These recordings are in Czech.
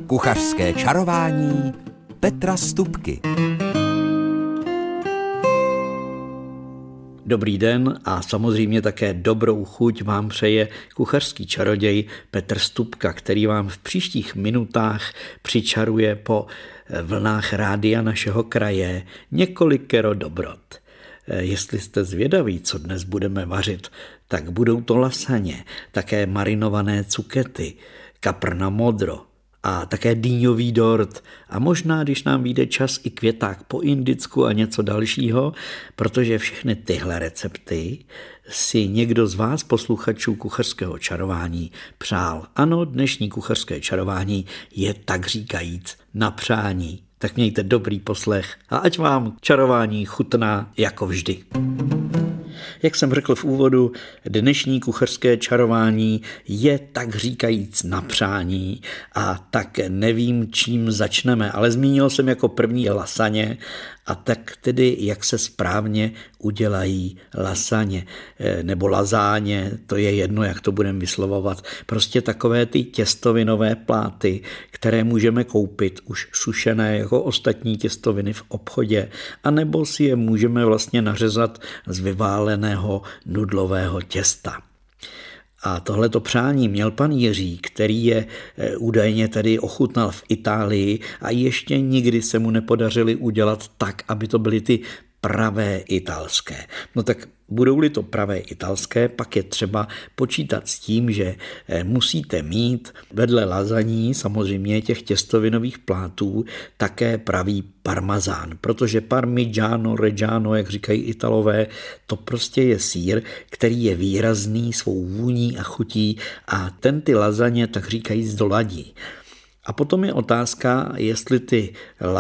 Kuchařské čarování Petra Stupky. Dobrý den a samozřejmě také dobrou chuť vám přeje kuchařský čaroděj Petr Stupka, který vám v příštích minutách přičaruje po vlnách rádia našeho kraje několikero dobrot. Jestli jste zvědaví, co dnes budeme vařit, tak budou to lasaně, také marinované cukety, kapr na modro a také dýňový dort a možná, když nám vyjde čas, i květák po indicku a něco dalšího, protože všechny tyhle recepty si někdo z vás, posluchačů kuchařského čarování, přál. Ano, dnešní kuchařské čarování je tak říkajíc na přání. Tak mějte dobrý poslech a ať vám čarování chutná jako vždy. Jak jsem řekl v úvodu, dnešní kuchařské čarování je tak říkajíc na přání a tak nevím, čím začneme, ale zmínil jsem jako první lasaně a tak tedy, jak se správně udělají lasaně nebo lazáně, to je jedno, jak to budeme vyslovovat. Prostě takové ty těstovinové pláty, které můžeme koupit už sušené jako ostatní těstoviny v obchodě, anebo si je můžeme vlastně nařezat z vyváleného nudlového těsta. A tohleto přání měl pan Jiří, který je údajně tady ochutnal v Itálii a ještě nikdy se mu nepodařili udělat tak, aby to byly ty pravé italské. No tak budou-li to pravé italské, pak je třeba počítat s tím, že musíte mít vedle lazaní, samozřejmě těch těstovinových plátů, také pravý parmazán, protože parmigiano reggiano, jak říkají Italové, to prostě je sýr, který je výrazný svou vůní a chutí a ten ty lazaně, tak říkají, doladí. A potom je otázka, jestli ty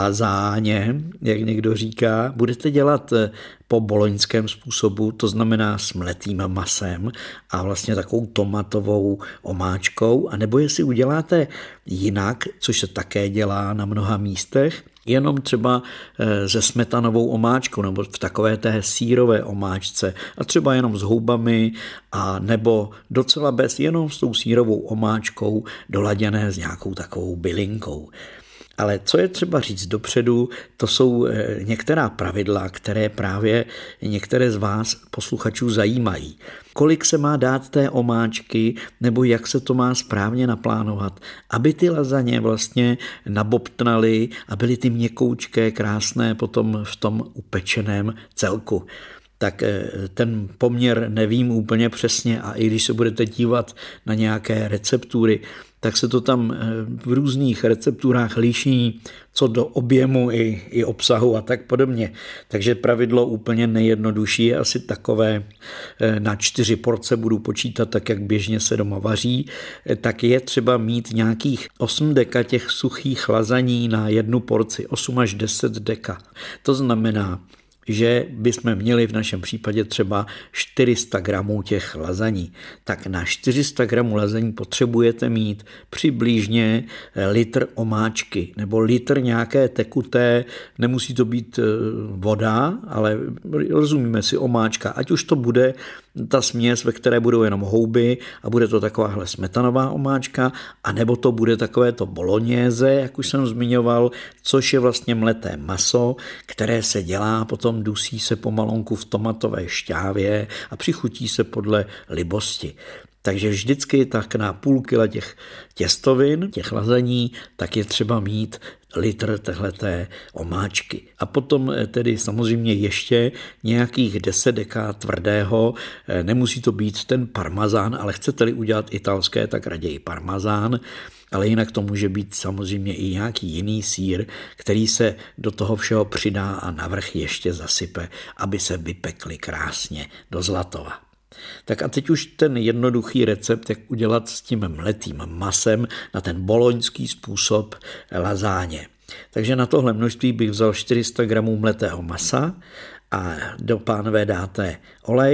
lazáně, jak někdo říká, budete dělat po boloňském způsobu, to znamená s mletým masem a vlastně takovou tomatovou omáčkou, anebo jestli uděláte jinak, což se také dělá na mnoha místech, jenom třeba se smetanovou omáčkou nebo v takové té sýrové omáčce a třeba jenom s houbami a nebo docela bez, jenom s tou sýrovou omáčkou doladěné s nějakou takovou bylinkou. Ale co je třeba říct dopředu, to jsou některá pravidla, které právě některé z vás posluchačů zajímají. Kolik se má dát té omáčky, nebo jak se to má správně naplánovat, aby ty lazaně vlastně nabobtnaly a byly ty měkoučké, krásné potom v tom upečeném celku. Tak ten poměr nevím úplně přesně a i když se budete dívat na nějaké receptury, tak se to tam v různých recepturách liší co do objemu i obsahu a tak podobně. Takže pravidlo úplně nejjednodušší je asi takové, na 4 porce budu počítat tak, jak běžně se doma vaří, tak je třeba mít nějakých 8 deka těch suchých lazaní na 1 porci, 8 až 10 deka. To znamená, že bychom měli v našem případě třeba 400 gramů těch lazaní. Tak na 400 gramů lazaní potřebujete mít přibližně litr omáčky nebo litr nějaké tekuté, nemusí to být voda, ale rozumíme si omáčka, ať už to bude ta směs, ve které budou jenom houby a bude to takováhle smetanová omáčka, anebo to bude takové to bolognese, jak už jsem zmiňoval, což je vlastně mleté maso, které se dělá, potom dusí se pomalonku v tomatové šťávě a přichutí se podle libosti. Takže vždycky tak na půl kila těch těstovin, těch lazaní, tak je třeba mít litr téhleté omáčky. A potom tedy samozřejmě ještě nějakých 10 deka tvrdého, nemusí to být ten parmazán, ale chcete-li udělat italské, tak raději parmazán, ale jinak to může být samozřejmě i nějaký jiný sýr, který se do toho všeho přidá a navrch ještě zasype, aby se vypekly krásně do zlatova. Tak a teď už ten jednoduchý recept, jak udělat s tím mletým masem na ten boloňský způsob lazáně. Takže na tohle množství bych vzal 400 gramů mletého masa a do pánve dáte olej,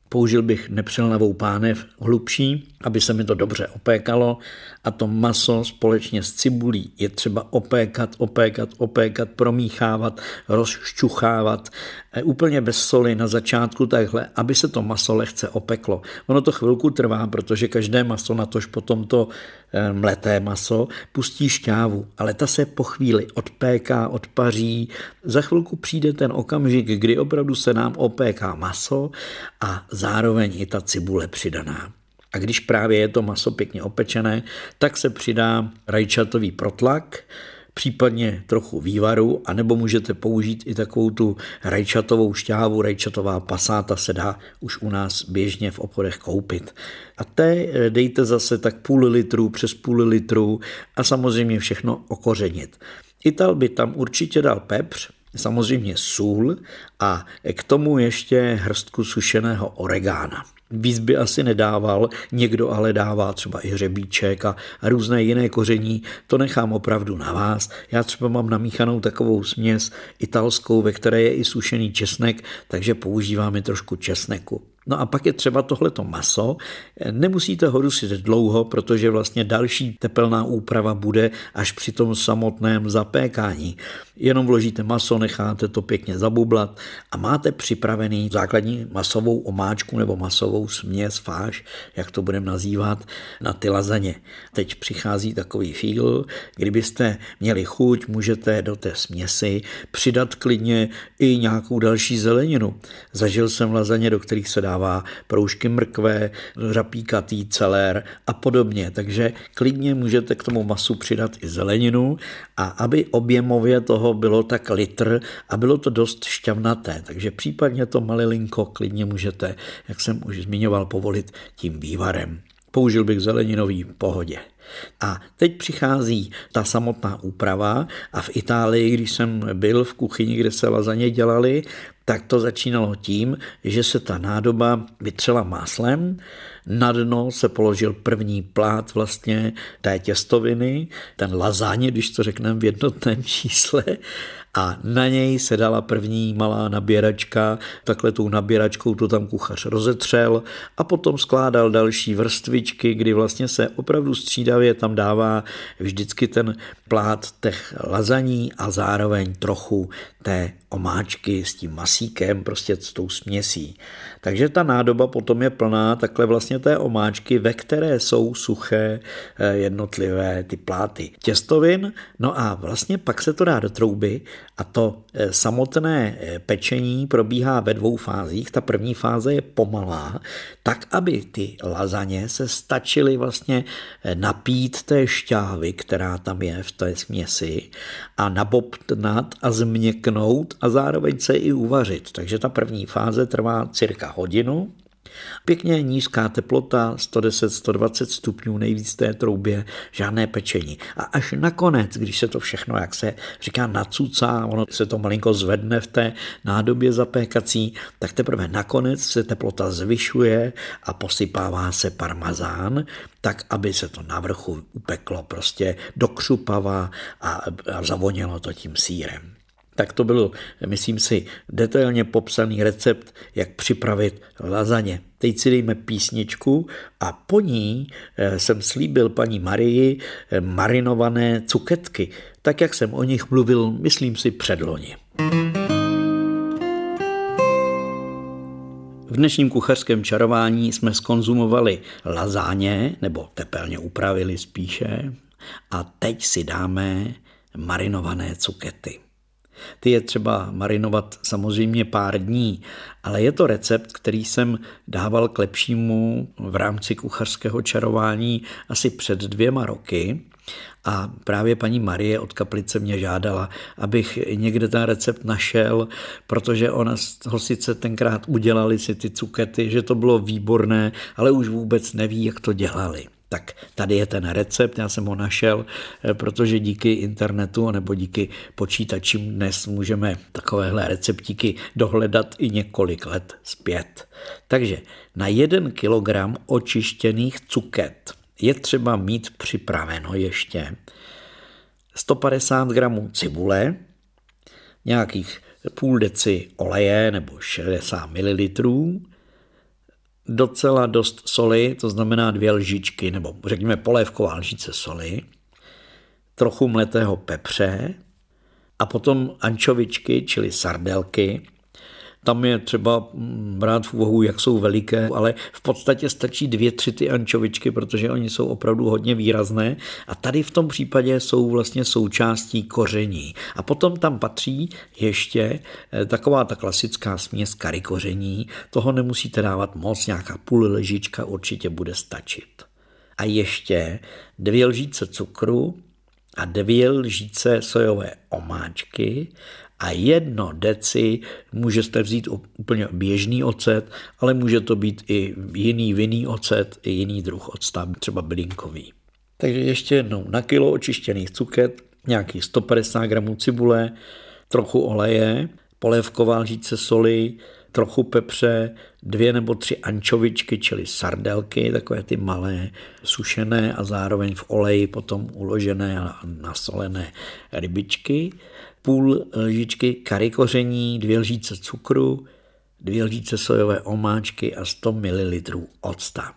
Použil bych nepřelnavou pánev hlubší, aby se mi to dobře opékalo, a to maso společně s cibulí je třeba opékat, promíchávat, rozšťuchávat, úplně bez soli na začátku takhle, aby se to maso lehce opeklo. Ono to chvilku trvá, protože každé maso, natož potom to mleté maso, pustí šťávu, ale ta se po chvíli odpéká, odpaří. Za chvilku přijde ten okamžik, kdy opravdu se nám opéká maso a zároveň i ta cibule přidaná. A když právě je to maso pěkně opečené, tak se přidá rajčatový protlak, případně trochu vývaru, anebo můžete použít i takovou tu rajčatovou šťávu, rajčatová pasáta se dá už u nás běžně v obchodech koupit. A té dejte zase tak přes půl litru a samozřejmě všechno okořenit. Ital by tam určitě dal pepř, samozřejmě sůl a k tomu ještě hrstku sušeného oregána. Víc by asi nedával, někdo ale dává třeba i hřebíček a různé jiné koření, to nechám opravdu na vás. Já třeba mám namíchanou takovou směs italskou, ve které je i sušený česnek, takže používám i trošku česneku. No a pak je třeba tohleto maso, nemusíte ho dusit dlouho, protože vlastně další tepelná úprava bude až při tom samotném zapékání. Jenom vložíte maso, necháte to pěkně zabublat a máte připravený základní masovou omáčku nebo masovou směs, fáš, jak to budeme nazývat, na ty lazaně. Teď přichází takový fígl, kdybyste měli chuť, můžete do té směsi přidat klidně i nějakou další zeleninu. Zažil jsem lazaně, do kterých se dává proužky mrkve, řapíkatý celér a podobně. Takže klidně můžete k tomu masu přidat i zeleninu a aby objemově toho bylo tak litr a bylo to dost šťavnaté. Takže případně to malilinko klidně můžete, jak jsem už zmiňoval, povolit tím vývarem. Použil bych zeleninový v pohodě. A teď přichází ta samotná úprava a v Itálii, když jsem byl v kuchyni, kde se lazaně dělali, tak to začínalo tím, že se ta nádoba vytřela máslem, na dno se položil první plát vlastně té těstoviny, ten lazaně, když to řekneme v jednotném čísle, a na něj se dala první malá nabíračka, takhle tou nabíračkou to tam kuchař rozetřel a potom skládal další vrstvičky, kdy vlastně se opravdu střídavě tam dává vždycky ten plát těch lazaní a zároveň trochu té omáčky s tím masíkem, prostě s tou směsí. Takže ta nádoba potom je plná takhle vlastně té omáčky, ve které jsou suché jednotlivé ty pláty těstovin. No a vlastně pak se to dá do trouby a to samotné pečení probíhá ve 2 fázích. Ta první fáze je pomalá, tak aby ty lazaně se stačily vlastně napít té šťávy, která tam je v té směsi a nabobtnat a změknout a zároveň se i uvařit. Takže ta první fáze trvá cirka hodinu. Pěkně nízká teplota, 110-120 stupňů, nejvíc té troubě, žádné pečení. A až nakonec, když se to všechno, jak se říká, nacucá, ono se to malinko zvedne v té nádobě zapékací, tak teprve nakonec se teplota zvyšuje a posypává se parmazán, tak, aby se to na vrchu upeklo prostě do křupava a zavonělo to tím sýrem. Tak to byl, myslím si, detailně popsaný recept, jak připravit lazaně. Teď si dejme písničku a po ní jsem slíbil paní Marii marinované cuketky, tak jak jsem o nich mluvil, myslím si, předloni. V dnešním kuchařském čarování jsme zkonzumovali lazáně, nebo tepelně upravili spíše, a teď si dáme marinované cukety. Ty je třeba marinovat samozřejmě pár dní, ale je to recept, který jsem dával k lepšímu v rámci kuchařského čarování asi před 2 roky. A právě paní Marie od Kaplice mě žádala, abych někde ten recept našel, protože ona ho sice tenkrát udělali si ty cukety, že to bylo výborné, ale už vůbec neví, jak to dělali. Tak tady je ten recept, já jsem ho našel, protože díky internetu nebo díky počítačím dnes můžeme takovéhle receptíky dohledat i několik let zpět. Takže na 1 kilogram očištěných cuket je třeba mít připraveno ještě 150 gramů cibule, nějakých půl deci oleje nebo 60 ml, docela dost soli, to znamená 2 lžičky, nebo řekněme polévková lžice soli, trochu mletého pepře a potom ančovičky, čili sardelky. Tam je třeba brát v úvahu, jak jsou veliké, ale v podstatě stačí 2-3 ty ančovičky, protože oni jsou opravdu hodně výrazné a tady v tom případě jsou vlastně součástí koření. A potom tam patří ještě taková ta klasická směs kary koření, toho nemusíte dávat moc, nějaká půl lžička určitě bude stačit. A ještě 2 lžíce cukru a 2 lžíce sojové omáčky a 1 deci můžete vzít úplně běžný ocet, ale může to být i jiný vinný ocet, i jiný druh octa, třeba bylinkový. Takže ještě jednou na kilo očištěných cuket, nějakých 150 gramů cibule, trochu oleje, polévková lžička soli, trochu pepře, 2 nebo 3 ančovičky, čili sardelky, takové ty malé, sušené a zároveň v oleji potom uložené a nasolené rybičky, půl lžičky kary koření, 2 lžíce cukru, 2 lžíce sojové omáčky a 100 ml octa.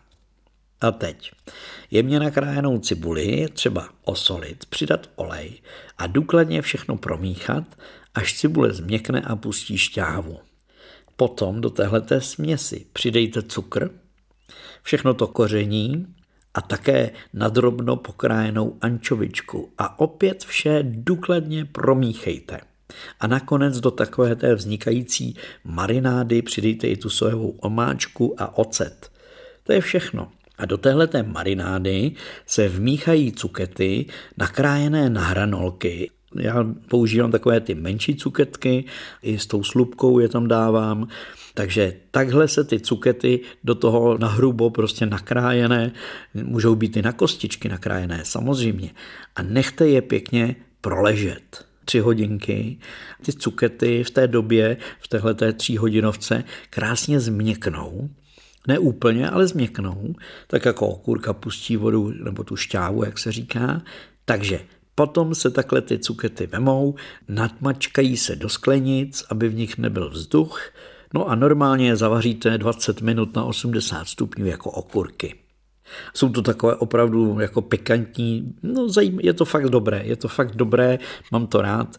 A teď jemně nakrájenou cibuli třeba osolit, přidat olej a důkladně všechno promíchat, až cibule změkne a pustí šťávu. Potom do téhleté směsi přidejte cukr, všechno to koření a také nadrobno pokrájenou ančovičku a opět vše důkladně promíchejte. A nakonec do takové té vznikající marinády přidejte i tu sojovou omáčku a ocet. To je všechno. A do téhleté marinády se vmíchají cukety nakrájené na hranolky. Já používám takové ty menší cuketky, i s tou slupkou je tam dávám, takže takhle se ty cukety do toho nahrubo prostě nakrájené, můžou být i na kostičky nakrájené samozřejmě a nechte je pěkně proležet 3 hodinky. Ty cukety v té době, v téhleté 3hodinovce krásně změknou, ne úplně, ale změknou, tak jako okurka pustí vodu nebo tu šťávu, jak se říká, takže potom se takhle ty cukety vemou, nadmačkají se do sklenic, aby v nich nebyl vzduch, no a normálně je zavaříte 20 minut na 80 stupňů jako okurky. Jsou to takové opravdu jako pikantní, no je to fakt dobré, mám to rád.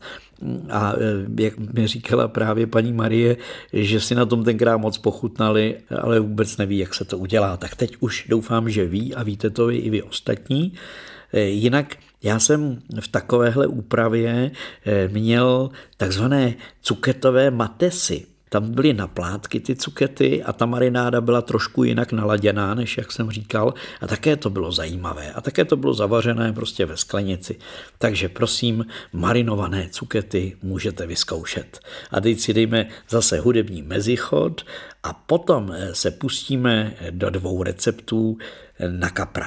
A jak mi říkala právě paní Marie, že si na tom tenkrát moc pochutnali, ale vůbec neví, jak se to udělá. Tak teď už doufám, že ví a víte to i vy ostatní. Jinak já jsem v takovéhle úpravě měl takzvané cuketové matesy. Tam byly na plátky ty cukety a ta marináda byla trošku jinak naladěná, než jak jsem říkal. A také to bylo zajímavé. A také to bylo zavařené prostě ve sklenici. Takže prosím, marinované cukety můžete vyzkoušet. A teď si dejme zase hudební mezichod a potom se pustíme do 2 receptů na kapra.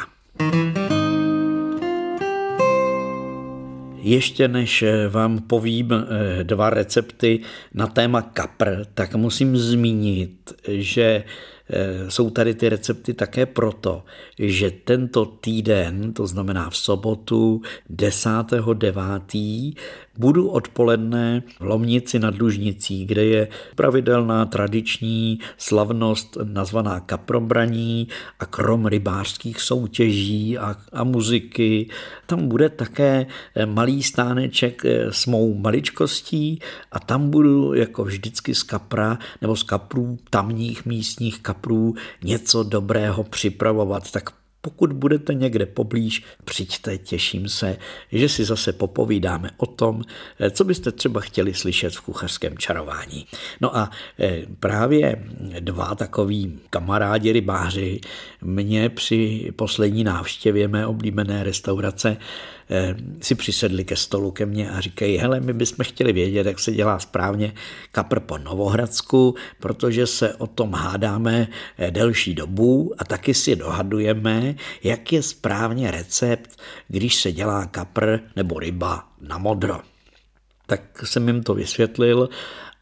Ještě než vám povím 2 recepty na téma kapr, tak musím zmínit, že jsou tady ty recepty také proto, že tento týden, to znamená v sobotu 10.9., budu odpoledne v Lomnici nad Lužnicí, kde je pravidelná tradiční slavnost nazvaná kaprobraní a krom rybářských soutěží a muziky. Tam bude také malý stáneček s mou maličkostí a tam budu jako vždycky z kapra nebo z kaprů, tamních místních kaprů něco dobrého připravovat. Tak pokud budete někde poblíž, přijďte, těším se, že si zase popovídáme o tom, co byste třeba chtěli slyšet v kuchařském čarování. No a právě 2 takoví kamarádi rybáři mě při poslední návštěvě mé oblíbené restaurace si přisedli ke stolu ke mně a říkají, hele, my bychom chtěli vědět, jak se dělá správně kapr po novohradsku, protože se o tom hádáme delší dobu a taky si dohadujeme, jak je správně recept, když se dělá kapr nebo ryba na modro. Tak jsem jim to vysvětlil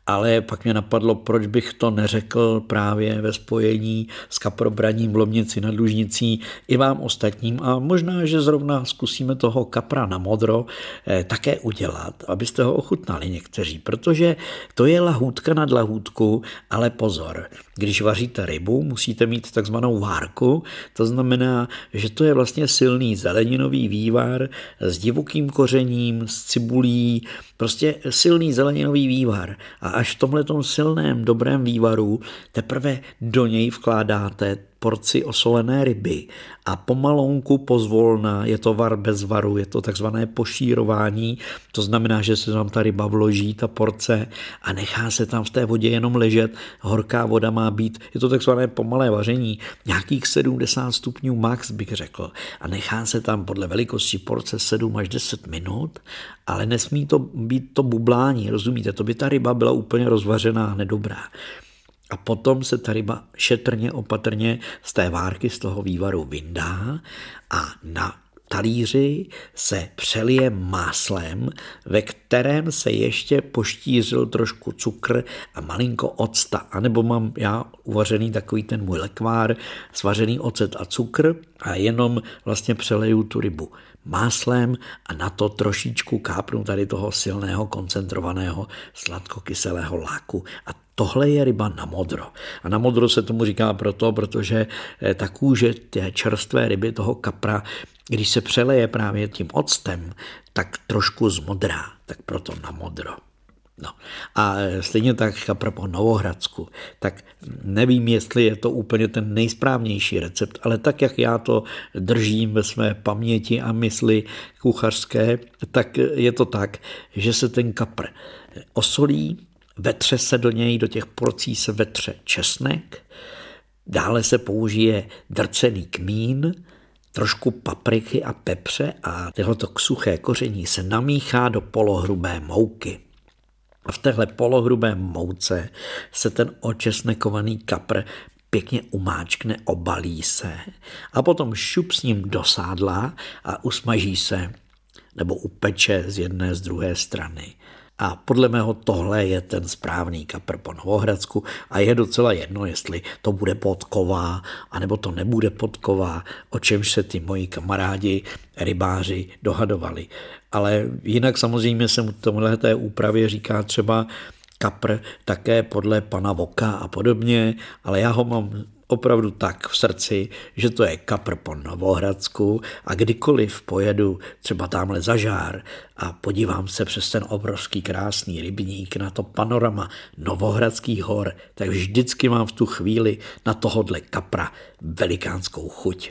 Ale pak mě napadlo, proč bych to neřekl právě ve spojení s kaprobraním v Lomnici nad Lužnicí i vám ostatním a možná, že zrovna zkusíme toho kapra na modro také udělat, abyste ho ochutnali někteří, protože to je lahůdka nad lahůdku, ale pozor, když vaříte rybu, musíte mít takzvanou várku, to znamená, že to je vlastně silný zeleninový vývar s divokým kořením, s cibulí, prostě silný zeleninový vývar. A až v tomhletom silném, dobrém vývaru teprve do něj vkládáte porci osolené ryby a pomalonku pozvolna, je to var bez varu, je to takzvané pošírování, to znamená, že se tam ta ryba vloží, ta porce a nechá se tam v té vodě jenom ležet, horká voda má být, je to takzvané pomalé vaření, nějakých 70 stupňů max bych řekl a nechá se tam podle velikosti porce 7 až 10 minut, ale nesmí to být to bublání, rozumíte, to by ta ryba byla úplně rozvařená a nedobrá. A potom se ta ryba šetrně, opatrně z té várky, z toho vývaru vyndá a na talíři se přelije máslem, ve kterém se ještě poštířil trošku cukr a malinko octa. A nebo mám já uvařený takový ten můj lekvár, svařený ocet a cukr a jenom vlastně přeleju tu rybu máslem a na to trošičku kápnu tady toho silného koncentrovaného sladkokyselého láku. A tohle je ryba na modro. A na modro se tomu říká protože ta kůže té čerstvé ryby, toho kapra, když se přeleje právě tím octem, tak trošku zmodrá, tak proto na modro. No. A stejně tak kapra po Novohradsku, tak nevím, jestli je to úplně ten nejsprávnější recept, ale tak, jak já to držím ve své paměti a mysli kuchařské, tak je to tak, že se ten kapr osolí, vetře se do něj, do těch porcí se vetře česnek, dále se použije drcený kmín, trošku papriky a pepře a tohoto suché koření se namíchá do polohrubé mouky. A v téhle polohrubé mouce se ten očesnekovaný kapr pěkně umáčkne, obalí se a potom šup s ním do sádla a usmaží se nebo upeče z jedné z druhé strany. A podle mého tohle je ten správný kapr po Novohradsku a je docela jedno, jestli to bude podková, anebo to nebude podková, o čemž se ty moji kamarádi, rybáři dohadovali. Ale jinak samozřejmě se mu tomhleté úpravě říká třeba kapr také podle pana Voka a podobně, ale já ho mám opravdu tak v srdci, že to je kapr po Novohradsku a kdykoliv pojedu třeba tamhle za Žár a podívám se přes ten obrovský krásný rybník na to panorama Novohradských hor, tak vždycky mám v tu chvíli na tohodle kapra velikánskou chuť.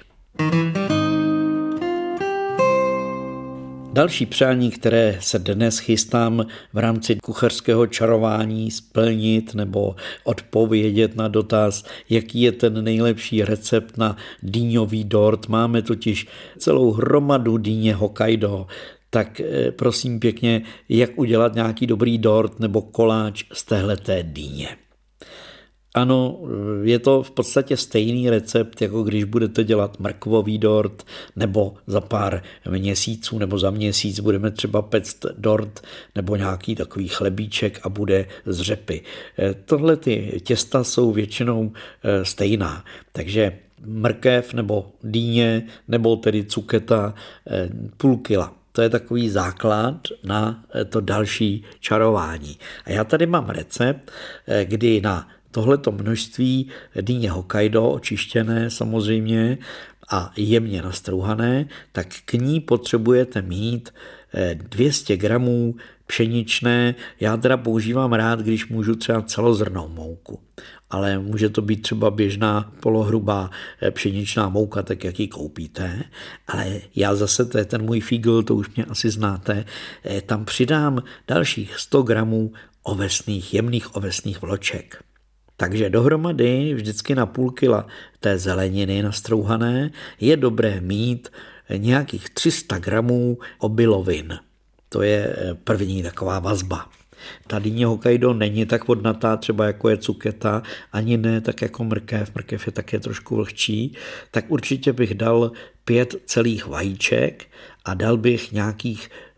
Další přání, které se dnes chystám v rámci kuchařského čarování splnit nebo odpovědět na dotaz, jaký je ten nejlepší recept na dýňový dort. Máme totiž celou hromadu dýně Hokkaido, tak prosím pěkně, jak udělat nějaký dobrý dort nebo koláč z téhleté dýně. Ano, je to v podstatě stejný recept, jako když budete dělat mrkvový dort, nebo za pár měsíců nebo za měsíc budeme třeba pect dort nebo nějaký takový chlebíček a bude z řepy. Tohle ty těsta jsou většinou stejná, takže mrkev nebo dýně nebo tedy cuketa půl kila. To je takový základ na to další čarování. A já tady mám recept, kdy na tohleto množství dýně Hokkaido, očištěné samozřejmě a jemně nastrouhané, tak k ní potřebujete mít 200 gramů pšeničné. Já teda používám rád, když můžu třeba celozrnnou mouku, ale může to být třeba běžná polohrubá pšeničná mouka, tak jak ji koupíte, ale já zase, to je ten můj fígl, to už mě asi znáte, tam přidám dalších 100 gramů jemných ovesných vloček. Takže dohromady vždycky na půl kila té zeleniny nastrouhané je dobré mít nějakých 300 gramů obilovin. To je první taková vazba. Ta dýně Hokkaido není tak vodnatá, třeba jako je cuketa, ani ne tak jako mrkev. Mrkev je také trošku vlhčí. Tak určitě bych dal 5 celých vajíček a dal bych nějakých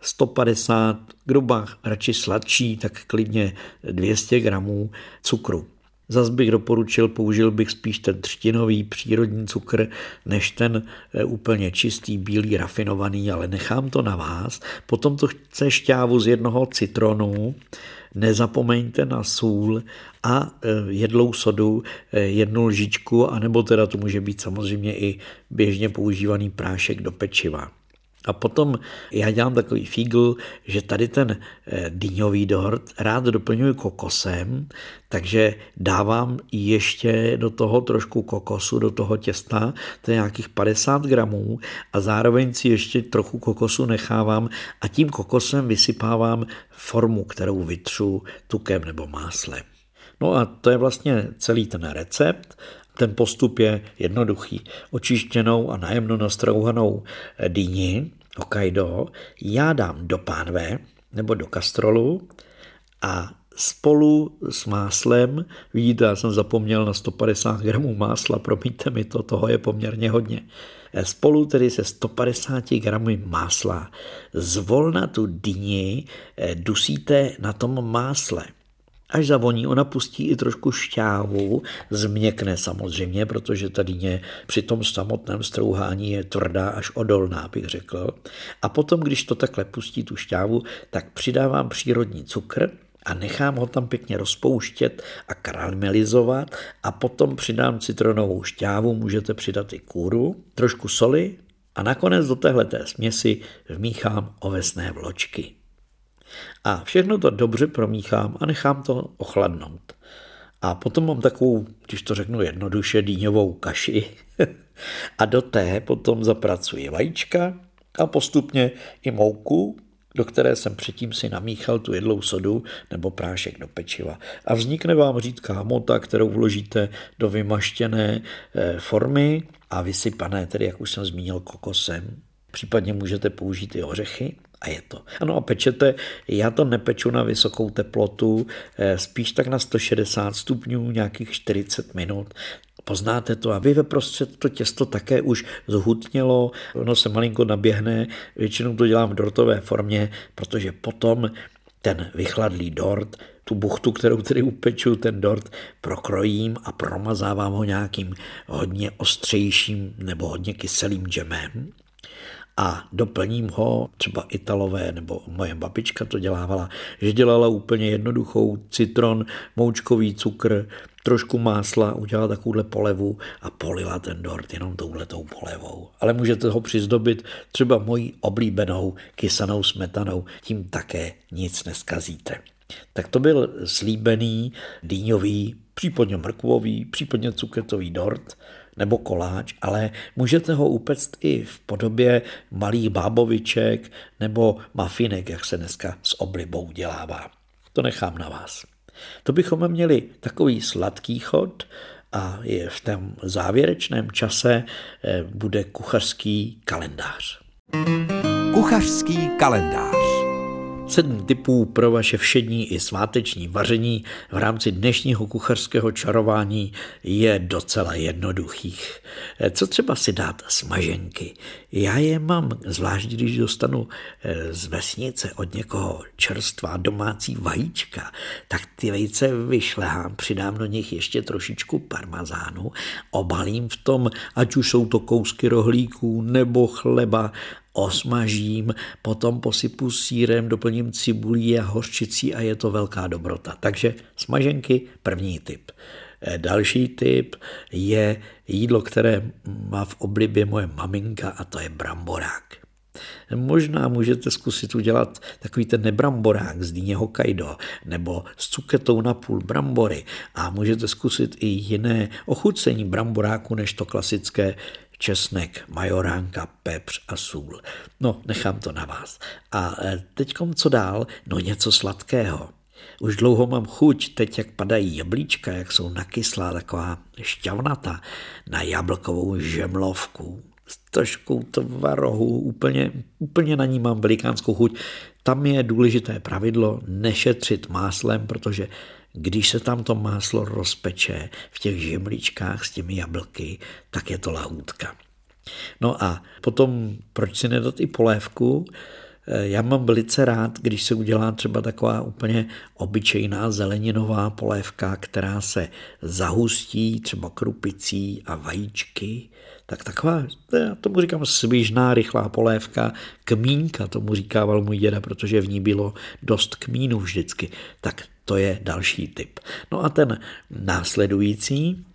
150, kdo radši sladší, tak klidně 200 gramů cukru. Zas bych doporučil, použil bych spíš ten třtinový přírodní cukr, než ten úplně čistý, bílý, rafinovaný, ale nechám to na vás. Potom to chce šťávu z jednoho citronu, nezapomeňte na sůl a jedlou sodu, 1 lžičku, anebo teda to může být samozřejmě i běžně používaný prášek do pečiva. A potom já dělám takový fígl, že tady ten dýňový dort rád doplňuji kokosem, takže dávám ještě do toho trošku kokosu, do toho těsta, to je nějakých 50 gramů a zároveň si ještě trochu kokosu nechávám a tím kokosem vysypávám formu, kterou vytřu tukem nebo máslem. No a to je vlastně celý ten recept. Ten postup je jednoduchý. Očištěnou a najemno nastrouhanou dýni, Hokkaido, já dám do pánve nebo do kastrolu a spolu s máslem, vidíte, já jsem zapomněl na 150 gramů másla, promiňte mi to, toho je poměrně hodně. Spolu tedy se 150 gramy másla zvolna tu dýni dusíte na tom másle. Až zavoní, ona pustí i trošku šťávu, změkne samozřejmě, protože ta dýně při tom samotném strouhání je tvrdá až odolná, bych řekl. A potom, když to takhle pustí tu šťávu, tak přidávám přírodní cukr a nechám ho tam pěkně rozpouštět a karamelizovat a potom přidám citronovou šťávu, můžete přidat i kůru, trošku soli a nakonec do téhleté směsi vmíchám ovesné vločky. A všechno to dobře promíchám a nechám to ochladnout. A potom mám takovou, když to řeknu jednoduše, dýňovou kaši a do té potom zapracuji vajíčka a postupně i mouku, do které jsem předtím si namíchal tu jedlou sodu nebo prášek do pečiva. A vznikne vám řídká hmota, kterou vložíte do vymaštěné formy a vysypané, tedy jak už jsem zmínil, kokosem. Případně můžete použít i ořechy. A je to. Ano a pečete, já to nepeču na vysokou teplotu, spíš tak na 160 stupňů, nějakých 40 minut. Poznáte to a vy veprostřed to těsto také už zhutnělo, ono se malinko naběhne, většinou to dělám v dortové formě, protože potom ten vychladlý dort, tu buchtu, kterou tedy upeču, ten dort prokrojím a promazávám ho nějakým hodně ostřejším nebo hodně kyselým džemem. A doplním ho, třeba Italové, nebo moje babička to dělávala, že dělala úplně jednoduchou citron, moučkový cukr, trošku másla, udělala takovouhle polevu a polila ten dort jenom touhletou polevou. Ale můžete ho přizdobit třeba mojí oblíbenou kysanou smetanou, tím také nic neskazíte. Tak to byl slíbený dýňový, případně mrkvový, případně cuketový dort nebo koláč, ale můžete ho upéct i v podobě malých báboviček nebo mafinek, jak se dneska s oblibou dělává. To nechám na vás. To bychom měli takový sladký chod a je v tom závěrečném čase bude kuchařský kalendář. Kuchařský kalendář. 7 tipů pro vaše všední i sváteční vaření v rámci dnešního kuchařského čarování je docela jednoduchých. Co třeba si dát smaženky? Já je mám, zvlášť když dostanu z vesnice od někoho čerstvá domácí vajíčka, tak ty vejce vyšlehám, přidám do nich ještě trošičku parmazánu, obalím v tom, ať už jsou to kousky rohlíků nebo chleba, osmažím, potom posypu sýrem, doplním cibulí a hořčicí a je to velká dobrota. Takže smaženky, první tip. Další tip je jídlo, které má v oblibě moje maminka a to je bramborák. Možná můžete zkusit udělat takový ten nebramborák z dýně Hokkaido nebo s cuketou na půl brambory a můžete zkusit i jiné ochucení bramboráku než to klasické česnek, majoránka, pepř a sůl. No, nechám to na vás. A teďkom co dál? No něco sladkého. Už dlouho mám chuť, teď jak padají jablíčka, jak jsou nakyslá, taková šťavnata, na jablkovou žemlovku. S troškou tvarohu, úplně na ní mám velikánskou chuť. Tam je důležité pravidlo nešetřit máslem, protože když se tam to máslo rozpeče v těch žemličkách s těmi jablky, tak je to lahůdka. No a potom, proč si nedat i polévku? Já mám velice rád, když se udělá třeba taková úplně obyčejná zeleninová polévka, která se zahustí třeba krupicí a vajíčky. Tak taková, já tomu říkám svižná, rychlá polévka, kmínka, tomu říkával můj děda, protože v ní bylo dost kmínu vždycky. Tak to je další tip. No a ten následující,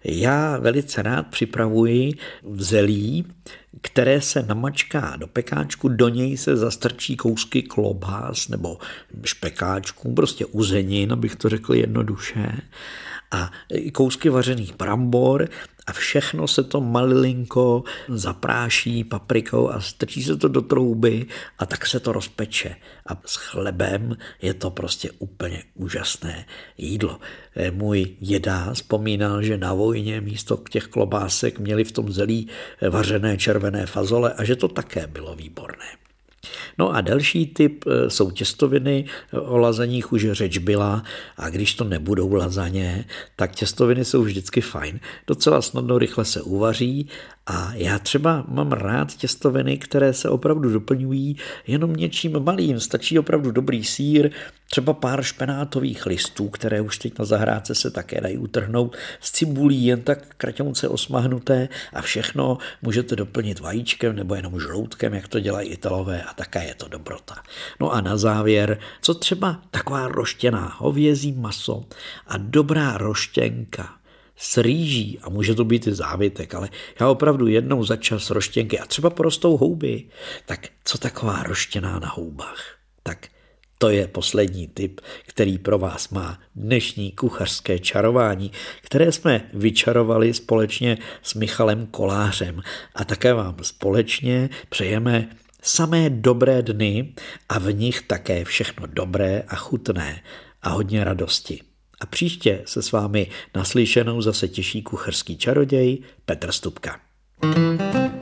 já velice rád připravuji zelí, které se namačká do pekáčku, do něj se zastrčí kousky klobás nebo špekáčků, prostě uzenin, abych to řekl jednoduše, a kousky vařených brambor a všechno se to malilinko zapráší paprikou a strčí se to do trouby a tak se to rozpeče. A s chlebem je to prostě úplně úžasné jídlo. Můj děda vzpomínal, že na vojně místo těch klobásek měli v tom zelí vařené červené fazole a že to také bylo výborné. No a další typ jsou těstoviny, o lazaních už řeč byla a když to nebudou lazaně, tak těstoviny jsou vždycky fajn. Docela snadno, rychle se uvaří a já třeba mám rád těstoviny, které se opravdu doplňují jenom něčím malým. Stačí opravdu dobrý sýr, třeba pár špenátových listů, které už teď na zahrádce se také dají utrhnout, s cibulí jen tak kraťonce osmahnuté a všechno můžete doplnit vajíčkem nebo jenom žloutkem, jak to dělají Italové a také je to dobrota. No a na závěr, co třeba taková roštěná hovězí maso a dobrá roštěnka s rýží, a může to být i závitek, ale já opravdu jednou za čas roštěnky a třeba porostou houby, tak co taková roštěná na houbách? Tak to je poslední tip, který pro vás má dnešní kuchařské čarování, které jsme vyčarovali společně s Michalem Kolářem a také vám společně přejeme samé dobré dny a v nich také všechno dobré a chutné a hodně radosti. A příště se s vámi naslyšenou zase těší kuchařský čaroděj Petr Stupka.